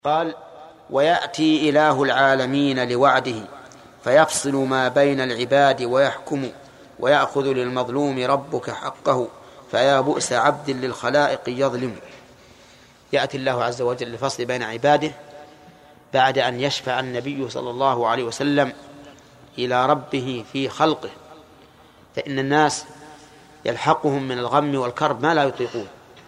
قال: ويأتي إله العالمين لوعده فيفصل ما بين العباد ويحكم ويأخذ للمظلوم ربك حقه فيا بؤس عبد للخلائق يظلم. يأتي الله عز وجل للفصل بين عباده بعد أن يشفع النبي صلى الله عليه وسلم إلى ربه في خلقه، فإن الناس يلحقهم من الغم والكرب ما لا يطيقون،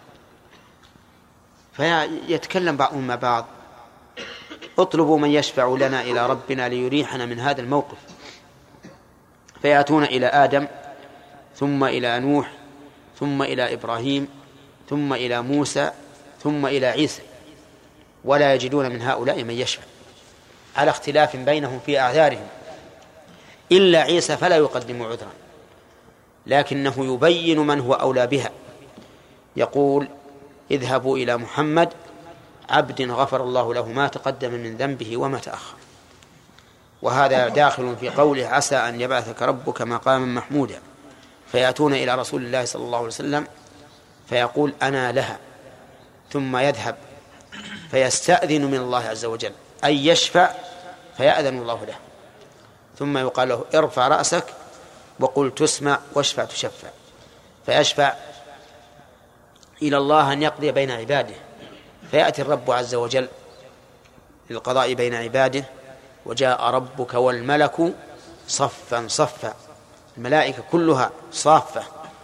فيتكلم بعضهم مع بعض: اطلبوا من يشفع لنا إلى ربنا ليريحنا من هذا الموقف. فيأتون إلى آدم، ثم إلى نوح، ثم إلى إبراهيم، ثم إلى موسى، ثم إلى عيسى، ولا يجدون من هؤلاء من يشفع، على اختلاف بينهم في أعذارهم، إلا عيسى فلا يقدم عذرا، لكنه يبين من هو أولى بها. يقول: اذهبوا إلى محمد عبد غفر الله له ما تقدم من ذنبه وما تأخر. وهذا داخل في قوله: عسى أن يبعثك ربك مقاما محمودا. فيأتون إلى رسول الله صلى الله عليه وسلم فيقول: أنا لها، ثم يذهب فيستأذن من الله عز وجل أن يشفع فيأذن الله له، ثم يقال له: ارفع رأسك وقل تسمع واشفع تشفع. فيشفع إلى الله أن يقضي بين عباده، فيأتي الرب عز وجل للقضاء بين عباده: وجاء ربك والملك صفا صفا. الملائكة كلها صافة،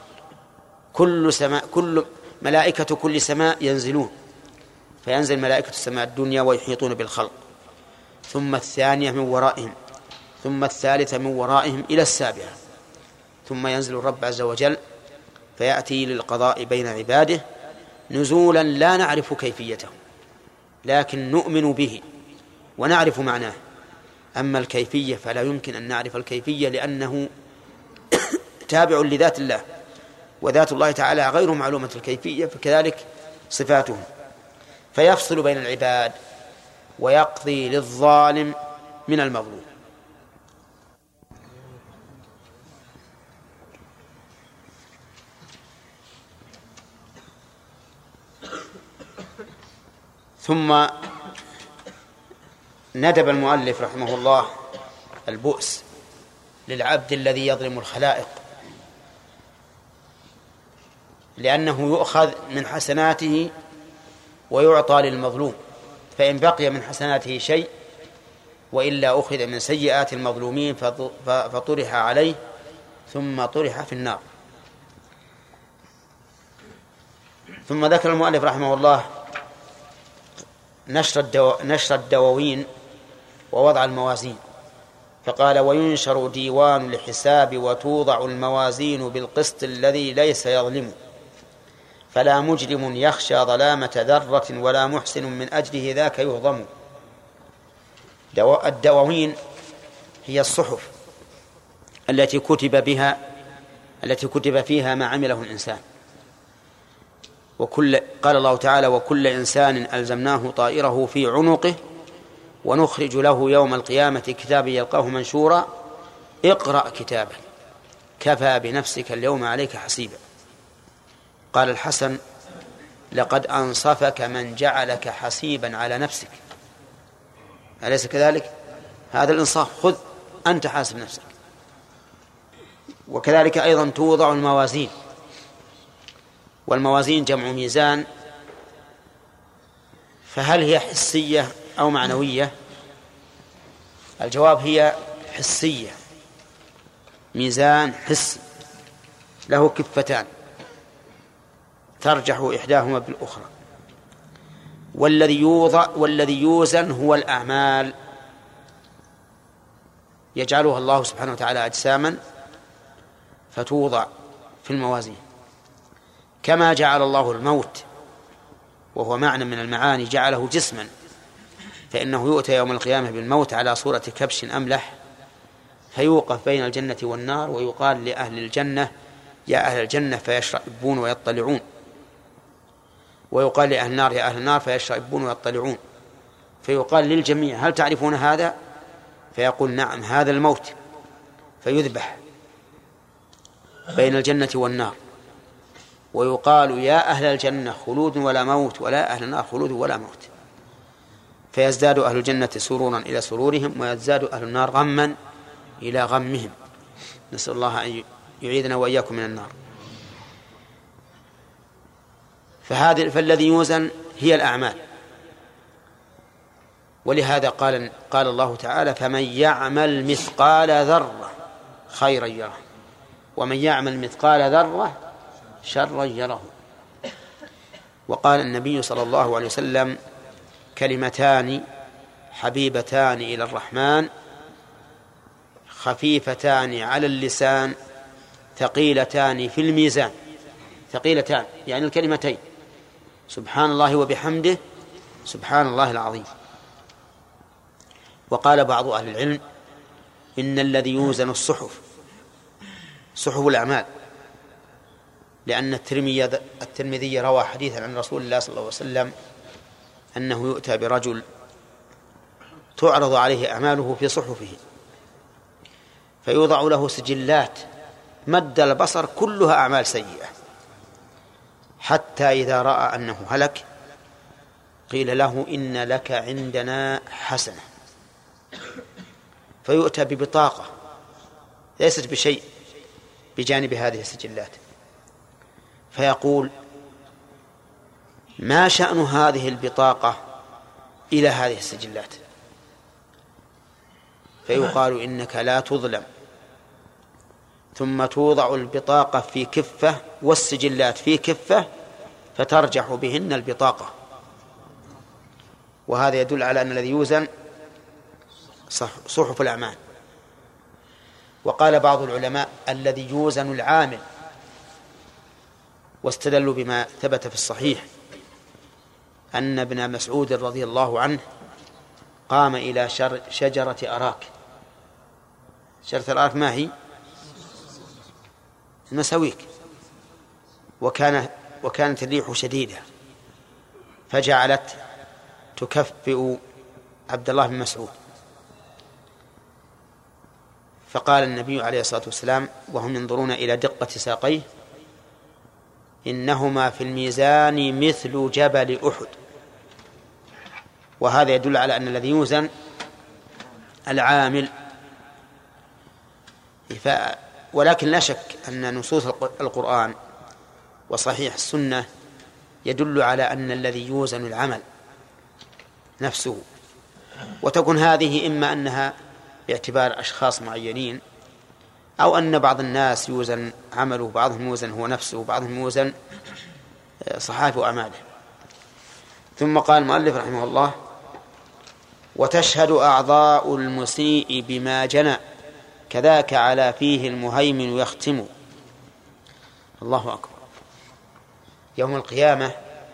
كل ملائكة كل سماء ينزلون، فينزل ملائكة السماء الدنيا ويحيطون بالخلق، ثم الثانية من ورائهم، ثم الثالثة من ورائهم إلى السابعة، ثم ينزل الرب عز وجل فيأتي للقضاء بين عباده نزولا لا نعرف كيفيته، لكن نؤمن به ونعرف معناه. أما الكيفية فلا يمكن أن نعرف الكيفية، لأنه تابع لذات الله، وذات الله تعالى غير معلومة الكيفية، فكذلك صفاته. فيفصل بين العباد ويقضي للظالم من المظلوم. ثم ندب المؤلف رحمه الله البؤس للعبد الذي يظلم الخلائق، لأنه يؤخذ من حسناته ويعطى للمظلوم، فإن بقي من حسناته شيء وإلا أخذ من سيئات المظلومين فطرح عليه ثم طرح في النار. ثم ذكر المؤلف رحمه الله نشر الدواوين ووضع الموازين، فقال: وينشر ديوان الحساب وتوضع الموازين بالقسط الذي ليس يظلم، فلا مجرم يخشى ظلامة ذرة ولا محسن من أجله ذاك يهضم. الدواوين هي الصحف التي كتب فيها ما عمله الإنسان. قال الله تعالى: وكل إنسان ألزمناه طائره في عنقه ونخرج له يوم القيامة كتابا يلقاه منشورا اقرأ كتابك كفى بنفسك اليوم عليك حسيبا. قال الحسن: لقد أنصفك من جعلك حسيبا على نفسك. أليس كذلك؟ هذا الإنصاف، خذ أنت حاسب نفسك. وكذلك أيضا توضع الموازين، والموازين جمع ميزان، فهل هي حسية أو معنوية؟ الجواب: هي حسية، ميزان حسي له كفتان ترجح إحداهما بالأخرى. والذي يوزن هو الأعمال، يجعلها الله سبحانه وتعالى أجساما فتوضع في الموازين، كما جعل الله الموت وهو معنى من المعاني جعله جسما، فإنه يؤتى يوم القيامة بالموت على صورة كبش أملح، فيوقف بين الجنة والنار ويقال لأهل الجنة: يا أهل الجنة، فيشربون ويطلعون، ويقال لأهل النار: يا أهل النار، فيشربون ويطلعون، فيقال للجميع: هل تعرفون هذا؟ فيقول: نعم، هذا الموت، فيذبح بين الجنة والنار، ويقال: يا أهل الجنة خلود ولا موت، ولا أهل النار خلود ولا موت. فيزداد أهل الجنة سرورا إلى سرورهم ويزداد أهل النار غما إلى غمهم. نسأل الله أن يعيذنا وإياكم من النار. فالذي يوزن هي الأعمال، ولهذا قال الله تعالى: فمن يعمل مثقال ذرة خيرا يره ومن يعمل مثقال ذرة شرا يره. وقال النبي صلى الله عليه وسلم: كلمتان حبيبتان إلى الرحمن خفيفتان على اللسان ثقيلتان في الميزان. ثقيلتان يعني الكلمتين سبحان الله وبحمده سبحان الله العظيم. وقال بعض أهل العلم: إن الذي يوزن الصحف صحف الأعمال، لأن الترمذي روى حديثا عن رسول الله صلى الله عليه وسلم أنه يؤتى برجل تعرض عليه أعماله في صحفه فيوضع له سجلات مد البصر كلها أعمال سيئة، حتى إذا رأى أنه هلك قيل له: إن لك عندنا حسنة، فيؤتى ببطاقة ليست بشيء بجانب هذه السجلات، فيقول: ما شأن هذه البطاقة إلى هذه السجلات؟ فيقال: إنك لا تظلم. ثم توضع البطاقة في كفة والسجلات في كفة فترجح بهن البطاقة. وهذا يدل على أن الذي يوزن صحف الأعمال. وقال بعض العلماء: الذي يوزن العامل، واستدلوا بما ثبت في الصحيح أن ابن مسعود رضي الله عنه قام إلى شجرة أراك. شجرة الأراك ما هي؟ المساويك. وكانت الريح شديدة فجعلت تكفئ عبد الله بن مسعود، فقال النبي عليه الصلاة والسلام وهم ينظرون إلى دقة ساقيه: إنهما في الميزان مثل جبل أحد. وهذا يدل على أن الذي يوزن العامل. ولكن لا شك أن نصوص القرآن وصحيح السنة يدل على أن الذي يوزن العمل نفسه، وتكون هذه إما أنها باعتبار أشخاص معينين، أو أن بعض الناس يوزن عمله، بعضهم يوزن هو نفسه، وبعضهم يوزن صحائف أعماله. ثم قال المؤلف رحمه الله: وتشهد أعضاء المسيء بما جنى كذاك على فيه المهيمن يختم. الله أكبر. يوم القيامة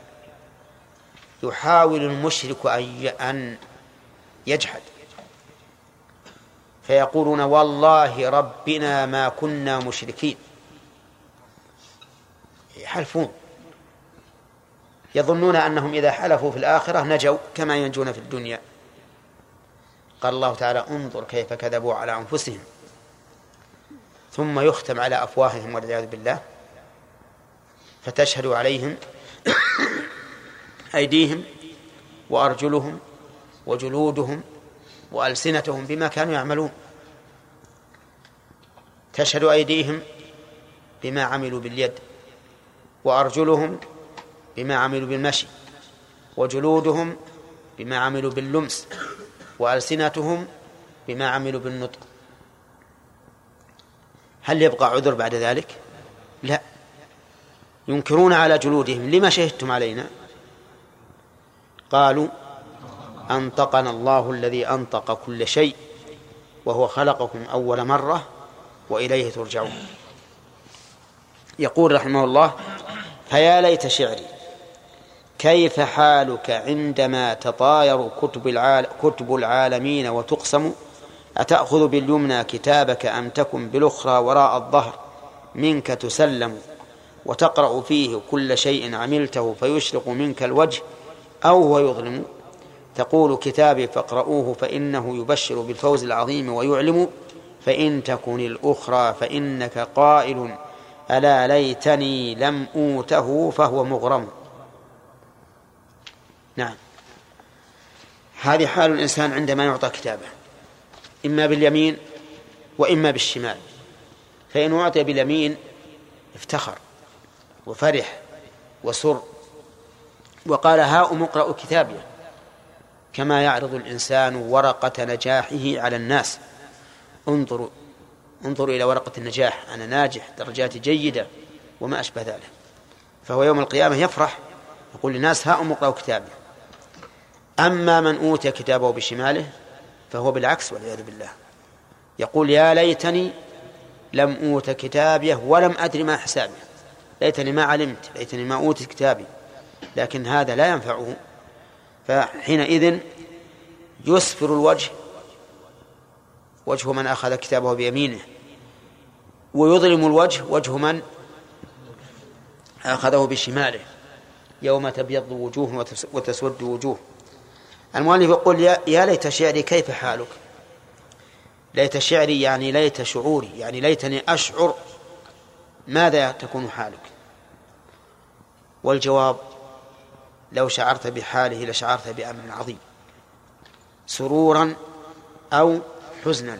يحاول المشرك أن يجحد، فيقولون: والله ربنا ما كنا مشركين. يحلفون، يظنون أنهم إذا حلفوا في الآخرة نجوا كما ينجون في الدنيا. قال الله تعالى: انظر كيف كذبوا على أنفسهم. ثم يختم على أفواههم والعياذ بالله، فتشهد عليهم أيديهم وأرجلهم وجلودهم وألسنتهم بما كانوا يعملون. تشهد أيديهم بما عملوا باليد، وأرجلهم بما عملوا بالمشي، وجلودهم بما عملوا باللمس، وألسنتهم بما عملوا بالنطق. هل يبقى عذر بعد ذلك؟ لا. ينكرون على جلودهم: لما شهدتم علينا؟ قالوا: أنطقنا الله الذي أنطق كل شيء وهو خلقكم أول مرة وإليه ترجعون. يقول رحمه الله: فيا ليت شعري كيف حالك عندما تطاير كتب العالمين وتقسم، أتأخذ باليمنى كتابك أم تكن بالأخرى وراء الظهر منك تسلم، وتقرأ فيه كل شيء عملته فيشرق منك الوجه أو هو يظلم، تقول كتابي فاقرؤوه فإنه يبشر بالفوز العظيم ويعلم، فإن تكن الأخرى فإنك قائل ألا ليتني لم أوته فهو مغرم. نعم، هذه حال الإنسان عندما يعطى كتابه، إما باليمين وإما بالشمال. فإن أعطي باليمين افتخر وفرح وسر وقال هاؤم اقرأوا كتابي، كما يعرض الإنسان ورقة نجاحه على الناس: انظروا إلى ورقة النجاح، أنا ناجح، درجاتي جيدة، وما أشبه ذلك. فهو يوم القيامة يفرح، يقول للناس هاؤم اقرأوا كتابي. أما من أوتي كتابه بشماله فهو بالعكس والعياذ بالله، يقول يا ليتني لم أوت كتابيه ولم أدري ما حسابه، ليتني ما علمت، ليتني ما أوتي كتابي. لكن هذا لا ينفعه، فحينئذ يسفر الوجه، وجه من أخذ كتابه بيمينه، ويظلم الوجه، وجه من أخذه بشماله، يوم تبيض وجوه وتسود وجوه. المؤلف يقول يا ليت شعري كيف حالك. ليت شعري يعني ليت شعوري، يعني ليتني أشعر ماذا تكون حالك. والجواب لو شعرت بحاله لشعرت بأمر عظيم، سرورا أو حزنا.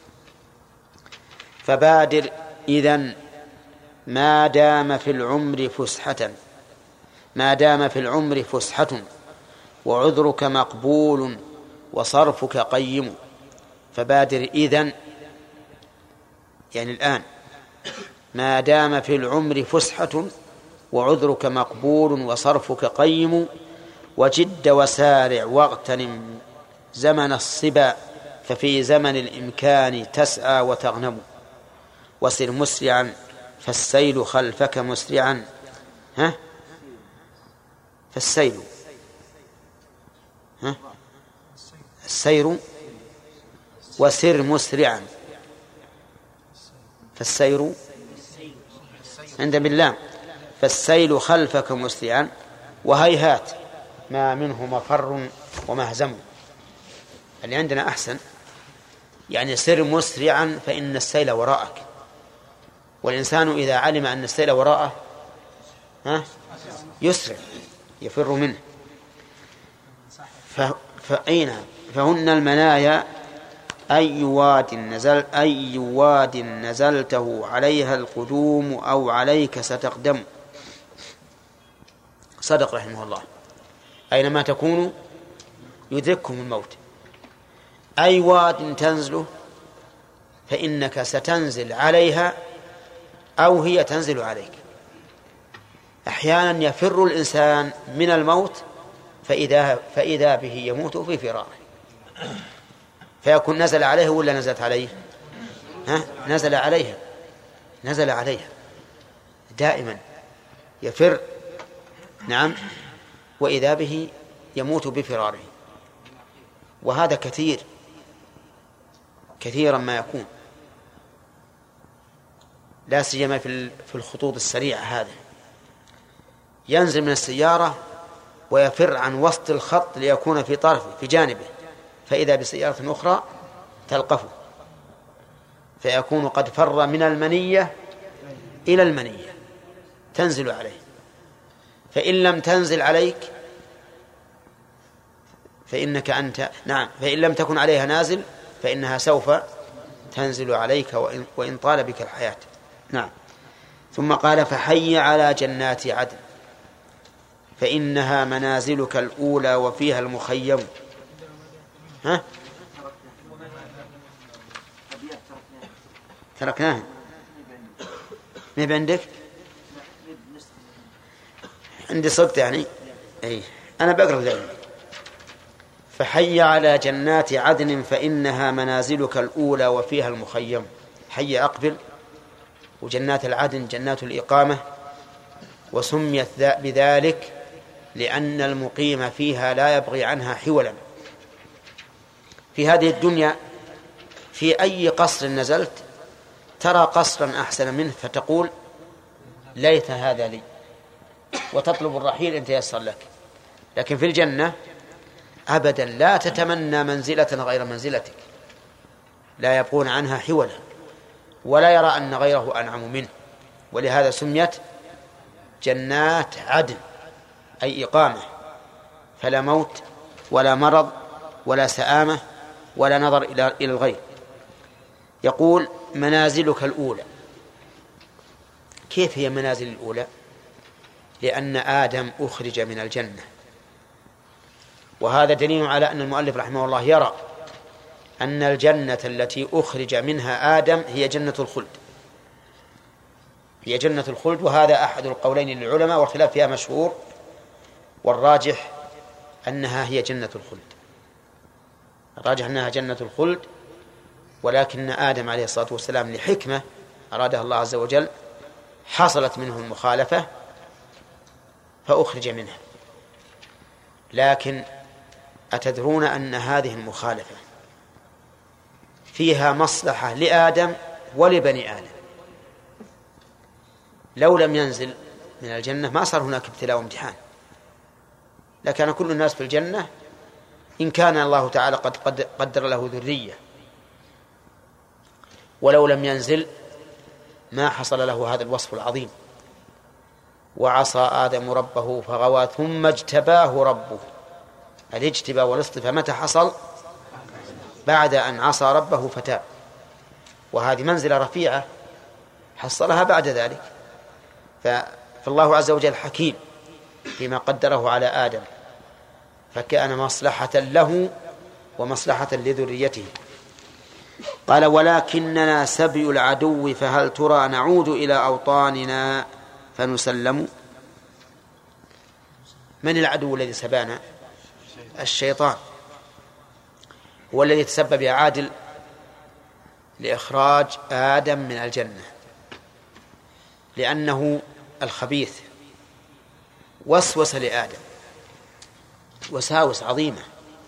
فبادر إذن ما دام في العمر فسحة وعذرك مقبول وصرفك قيم. فبادر إذن يعني الآن، ما دام في العمر فسحة وعذرك مقبول وصرفك قيم، وجد وسارع واغتنم زمن الصبا، ففي زمن الإمكان تسعى وتغنم. وسر مسرعا فالسيل خلفك مسرعا. فالسيل السير، وسر مسرعا، فالسير عند بالله، فالسيل خلفك مسرعا، وهيهات ما منه مفر ومهزم. اللي عندنا أحسن، يعني سر مسرعا فإن السيل وراءك. والإنسان إذا علم أن السيل وراءه يسرع يفر منه. فهن المنايا أي واد نزلته عليها القدوم أو عليك ستقدم. صدق رحمه الله، أينما تكونوا يدرككم الموت. أي واد تنزله فإنك ستنزل عليها أو هي تنزل عليك. أحيانا يفر الإنسان من الموت فإذا به يموت في فراره، فيكون نزل عليه ولا نزلت عليه؟ نزل عليها دائما يفر، نعم، وإذا به يموت بفراره. وهذا كثيرا ما يكون، لا سيما في الخطوط السريعة. هذا ينزل من السيارة ويفر عن وسط الخط ليكون في طرفه في جانبه، فإذا بسيارة أخرى تلقفه، فيكون قد فر من المنية إلى المنية تنزل عليه. فإن لم تنزل عليك فإنك أنت، نعم، فإن لم تكن عليها نازل فإنها سوف تنزل عليك وإن طال بك الحياة. نعم. ثم قال فحي على جنات عدن فإنها منازلك الأولى وفيها المخيم. تركناها ما عندك؟ عندي صدق يعني. أي أنا بقرأ ذلك. فحي على جنات عدن فإنها منازلك الأولى وفيها المخيم. حي أقبل، وجنات العدن جنات الإقامة، وسميت بذلك لأن المقيم فيها لا يبغي عنها حولا. في هذه الدنيا في أي قصر نزلت ترى قصرا أحسن منه فتقول ليت هذا لي، وتطلب الرحيل إن تيسر لك. لكن في الجنة أبدا لا تتمنى منزلة غير منزلتك، لا يبغون عنها حولا، ولا يرى أن غيره أنعم منه. ولهذا سميت جنات عدن أي إقامة، فلا موت ولا مرض ولا سآمة ولا نظر إلى الغير. يقول منازلك الأولى. كيف هي منازل الأولى؟ لأن آدم أخرج من الجنة، وهذا دليل على أن المؤلف رحمه الله يرى أن الجنة التي أخرج منها آدم هي جنة الخلد، هي جنة الخلد. وهذا أحد القولين للعلماء والخلاف فيها مشهور، والراجح أنها هي جنة الخلد، الراجح أنها جنة الخلد. ولكن آدم عليه الصلاة والسلام لحكمة أرادها الله عز وجل حصلت منه المخالفة فأخرج منها. لكن أتدرون أن هذه المخالفة فيها مصلحة لآدم ولبني آدم؟ لو لم ينزل من الجنة ما صار هناك ابتلاء وامتحان، لكان كل الناس في الجنة إن كان الله تعالى قد قدر له ذرية. ولو لم ينزل ما حصل له هذا الوصف العظيم. وعصى آدم ربه فغوى ثم اجتباه ربه. الاجتباء والاصطفاء متى حصل؟ بعد أن عصى ربه فتاب، وهذه منزلة رفيعة حصلها بعد ذلك. فالله عز وجل حكيم فيما قدره على آدم، فكان مصلحة له ومصلحة لذريته. قال ولكننا سبي العدو فهل ترى نعود إلى أوطاننا فنسلم. من العدو الذي سبانا؟ الشيطان، هو الذي تسبب يا عادل لإخراج آدم من الجنة، لأنه الخبيث وسوس لآدم وساوس عظيمة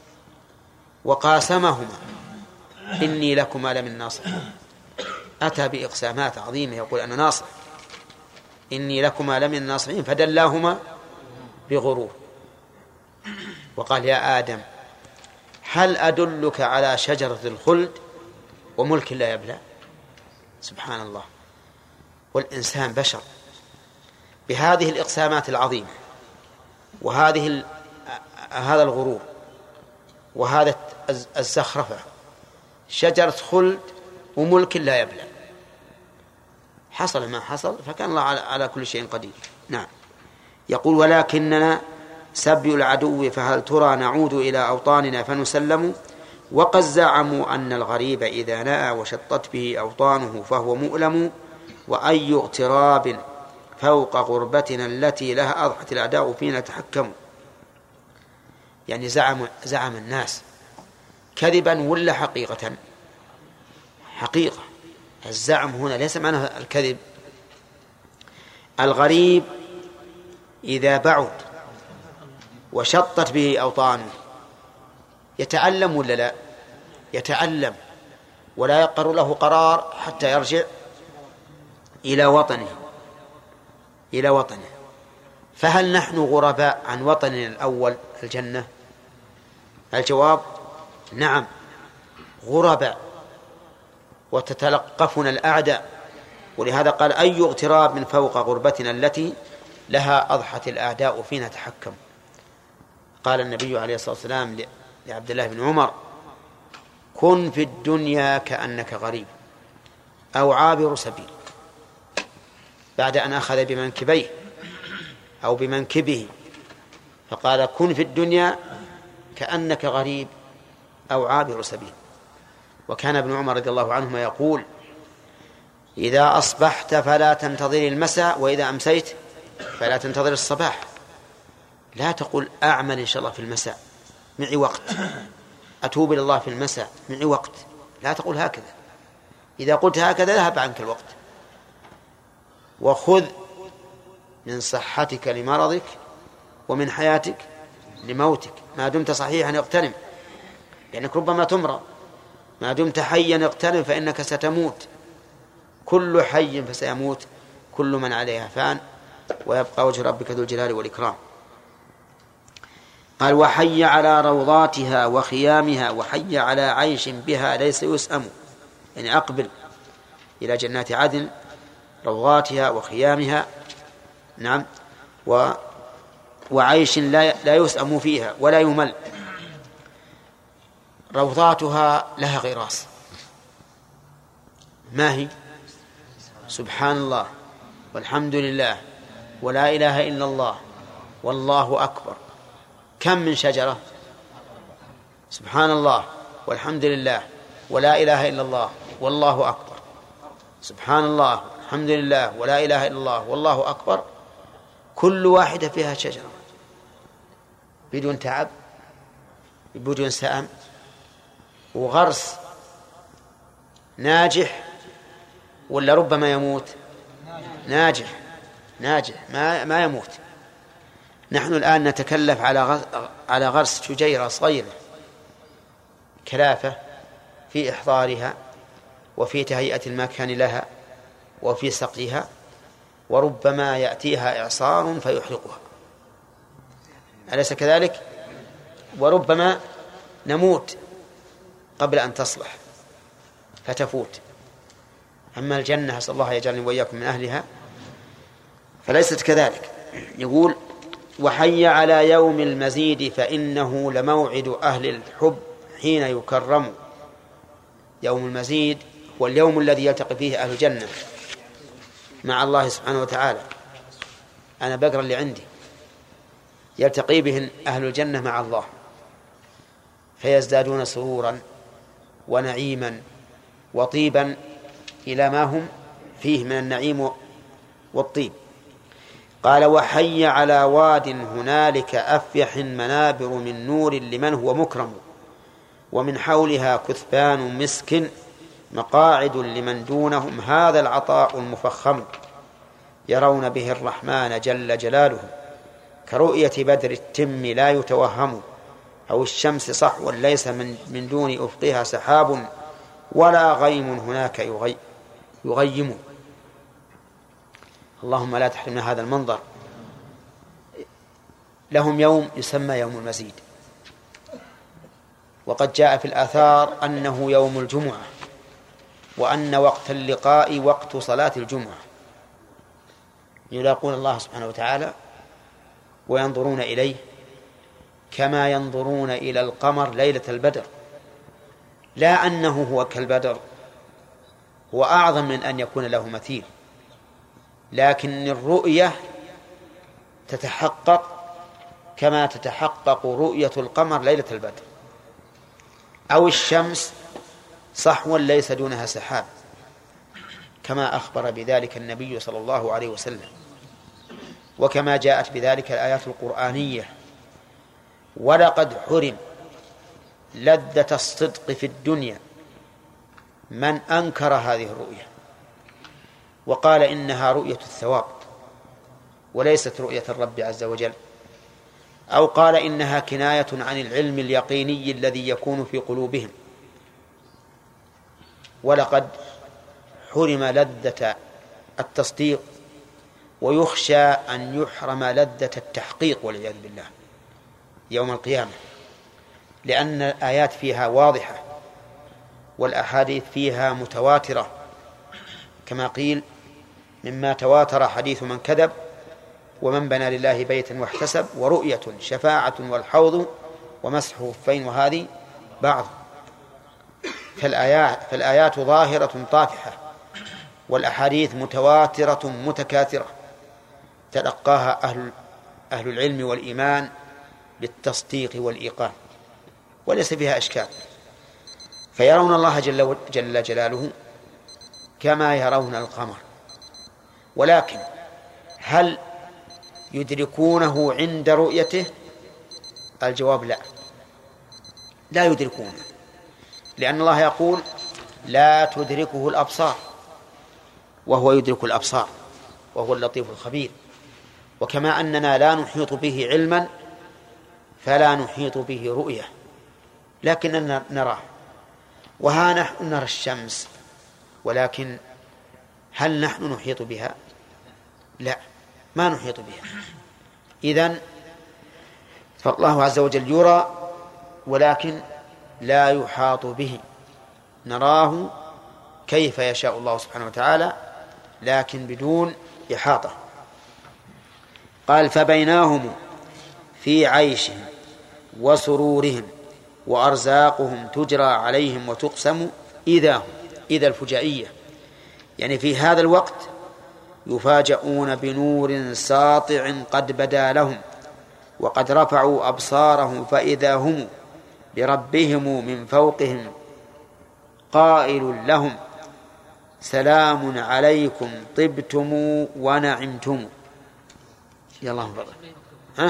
وقاسمهما إني لكما لمن الناصحين. أتى بإقسامات عظيمة يقول أنا ناصح، إني لكما لمن الناصحين، فدلاهما بغرور وقال يا آدم هل أدلك على شجرة الخلد وملك لا يبلى. سبحان الله. والإنسان بشر بهذه الإقسامات العظيمة وهذا الغرور وهذا الزخرفة، شجرة خلد وملك لا يبلى، حصل ما حصل، فكان الله على كل شيء قدير. نعم. يقول ولكننا سبي العدو فهل ترى نعود إلى أوطاننا فنسلم. وقد زعموا أن الغريب إذا نأى وشطت به أوطانه فهو مؤلم، وأي اغتراب فوق غربتنا التي لها أضحت الأعداء فينا تحكموا. يعني زعم الناس كذبا ولا حقيقة؟ حقيقة. الزعم هنا ليس معنى الكذب. الغريب إذا بعد وشطت به أوطانه يتألم ولا لا؟ يتألم، ولا يقر له قرار حتى يرجع إلى وطنه. فهل نحن غرباء عن وطننا الأول الجنة؟ الجواب نعم غرباء، وتتلقفنا الأعداء. ولهذا قال أي اغتراب من فوق غربتنا التي لها أضحت الأعداء فينا تحكم. قال النبي عليه الصلاة والسلام لعبد الله بن عمر كن في الدنيا كأنك غريب أو عابر سبيل، بعد أن أخذ بمنكبيه أو بمنكبه، فقال كن في الدنيا كأنك غريب أو عابر سبيل. وكان ابن عمر رضي الله عنهما يقول إذا أصبحت فلا تنتظر المساء، وإذا أمسيت فلا تنتظر الصباح. لا تقول أعمل إن شاء الله في المساء معي وقت، أتوب إلى الله في المساء معي وقت. لا تقول هكذا، إذا قلت هكذا ذهب عنك الوقت. وخذ من صحتك لمرضك ومن حياتك لموتك، ما دمت صحيحا اغتنم، لأنك ربما تمرض. ما دمت حيا اغتنم فإنك ستموت، كل حي فسيموت، كل من عليها فان، ويبقى وجه ربك ذو الجلال والإكرام. قال وحي على روضاتها وخيامها وحي على عيش بها ليس يسأم، يعني أقبل إلى جنات عدن، روضاتها وخيامها، نعم، وعيش لا يسأم فيها ولا يمل. روضاتها لها غراس. ما هي؟ سبحان الله والحمد لله ولا إله إلا الله والله أكبر. كم من شجرة؟ سبحان الله والحمد لله ولا إله إلا الله والله أكبر. سبحان الله الحمد لله ولا إله إلا الله والله أكبر. كل واحدة فيها شجرة بدون تعب بدون سأم، وغرس ناجح ولا ربما يموت؟ ناجح ما يموت. نحن الآن نتكلف على غرس شجيرة صغيرة كلافة في إحضارها وفي تهيئة المكان لها وفي سقيها، وربما يأتيها إعصار فيحرقها، أليس كذلك؟ وربما نموت قبل أن تصلح فتفوت. أما الجنة أسأل الله يجعلني وإياكم من أهلها فليست كذلك. يقول وحي على يوم المزيد فإنه لموعد أهل الحب حين يكرم. يوم المزيد هو اليوم الذي يلتقي فيه أهل الجنة مع الله سبحانه وتعالى. أنا بقرأ اللي عندي. يلتقي به أهل الجنة مع الله فيزدادون سرورا ونعيما وطيبا إلى ما هم فيه من النعيم والطيب. قال وحي على واد هنالك أفيح منابر من نور لمن هو مكرم، ومن حولها كثبان مسك مقاعد لمن دونهم، هذا العطاء المفخم يرون به الرحمن جل جلاله، كرؤية بدر التم لا يتوهم، أو الشمس صحوا ليس من دون أفقها سحاب، ولا غيم هناك يغيم. اللهم لا تحرمنا هذا المنظر. لهم يوم يسمى يوم المزيد، وقد جاء في الآثار أنه يوم الجمعة، وأن وقت اللقاء وقت صلاة الجمعة، يلاقون الله سبحانه وتعالى وينظرون إليه كما ينظرون إلى القمر ليلة البدر، لا أنه هو كالبدر، هو أعظم من أن يكون له مثيل، لكن الرؤية تتحقق كما تتحقق رؤية القمر ليلة البدر، أو الشمس صحوا ليس دونها سحاب، كما أخبر بذلك النبي صلى الله عليه وسلم، وكما جاءت بذلك الآيات القرآنية. ولقد حرم لذة الصدق في الدنيا من أنكر هذه الرؤية وقال إنها رؤية الثواب وليست رؤية الرب عز وجل، أو قال إنها كناية عن العلم اليقيني الذي يكون في قلوبهم. ولقد حرم لذة التصديق، ويخشى أن يحرم لذة التحقيق والعياذ بالله يوم القيامة، لأن الآيات فيها واضحة والأحاديث فيها متواترة، كما قيل مما تواتر حديث من كذب ومن بنى لله بيتا واحتسب، ورؤية شفاعة والحوض ومسح خفين، وهذه بعض. فالآيات ظاهرة طافحة، والأحاديث متواترة متكاثرة تلقاها أهل العلم والإيمان بالتصديق والإيقان، وليس فيها أشكال. فيرون الله جل جلاله كما يرون القمر، ولكن هل يدركونه عند رؤيته؟ الجواب لا يدركونه، لأن الله يقول لا تدركه الأبصار وهو يدرك الأبصار وهو اللطيف الخبير. وكما أننا لا نحيط به علما فلا نحيط به رؤية، لكننا نراه. وها نحن نرى الشمس، ولكن هل نحن نحيط بها؟ لا، ما نحيط بها. إذن فالله عز وجل يرى ولكن لا يحاط به، نراه كيف يشاء الله سبحانه وتعالى لكن بدون إحاطة. قال فبيناهم في عيشهم وسرورهم وأرزاقهم تجرى عليهم وتقسم إذا الفجائية، يعني في هذا الوقت يفاجؤون بنور ساطع قد بدا لهم وقد رفعوا أبصارهم فإذا هم بربهم من فوقهم قائل لهم سلام عليكم طبتم ونعمتم. يا الله فضل. ها؟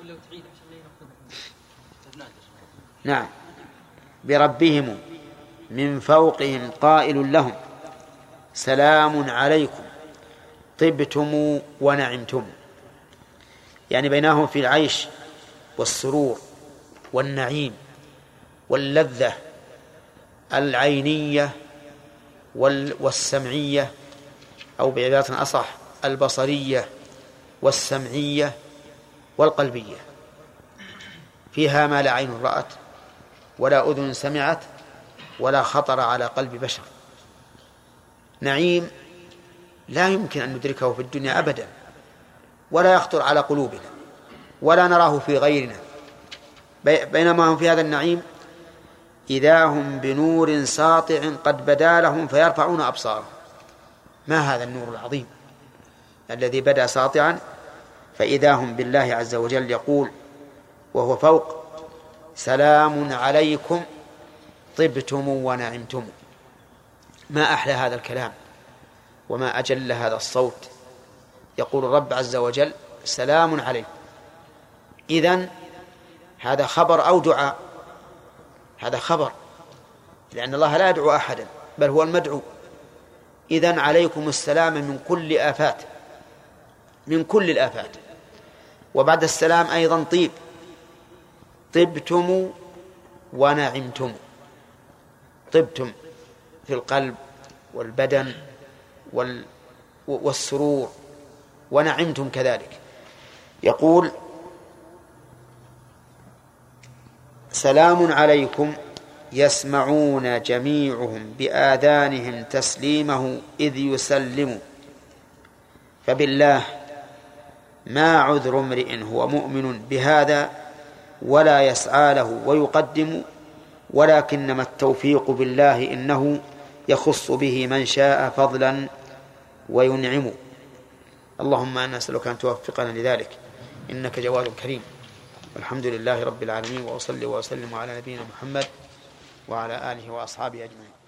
نعم، بربهم من فوقهم قائل لهم سلام عليكم طبتم ونعمتم، يعني بينهم في العيش والسرور والنعيم واللذة العينية والسمعية، أو بعبارة أصح البصرية والسمعية والقلبية، فيها ما لا عين رأت ولا أذن سمعت ولا خطر على قلب بشر. نعيم لا يمكن أن ندركه في الدنيا أبدا، ولا يخطر على قلوبنا ولا نراه في غيرنا، بينما هم في هذا النعيم إذا هم بنور ساطع قد بدا لهم فيرفعون أبصارهم. ما هذا النور العظيم الذي بدا ساطعا؟ فإذا هم بالله عز وجل يقول وهو فوق سلام عليكم طبتم ونعمتم. ما أحلى هذا الكلام وما أجل هذا الصوت. يقول الرب عز وجل سلام عليكم، إذن هذا خبر أو دعاء؟ هذا خبر، لأن الله لا يدعو أحدا بل هو المدعو. إذن عليكم السلام من كل آفات، من كل الآفات. وبعد السلام أيضا طيب، طبتم ونعمتم، طبتم في القلب والبدن والسرور، ونعمتم كذلك. يقول سلام عليكم يسمعون جميعهم بآذانهم تسليمه إذ يسلم، فبالله ما عذر امرئ هو مؤمن بهذا ولا يسعى له ويقدم، ولكنما التوفيق بالله إنه يخص به من شاء فضلا وينعم. اللهم أنا نسألك أن توفقنا لذلك إنك جواد كريم. الحمد لله رب العالمين، وأصلي وأسلم على نبينا محمد وعلى آله وأصحابه أجمعين.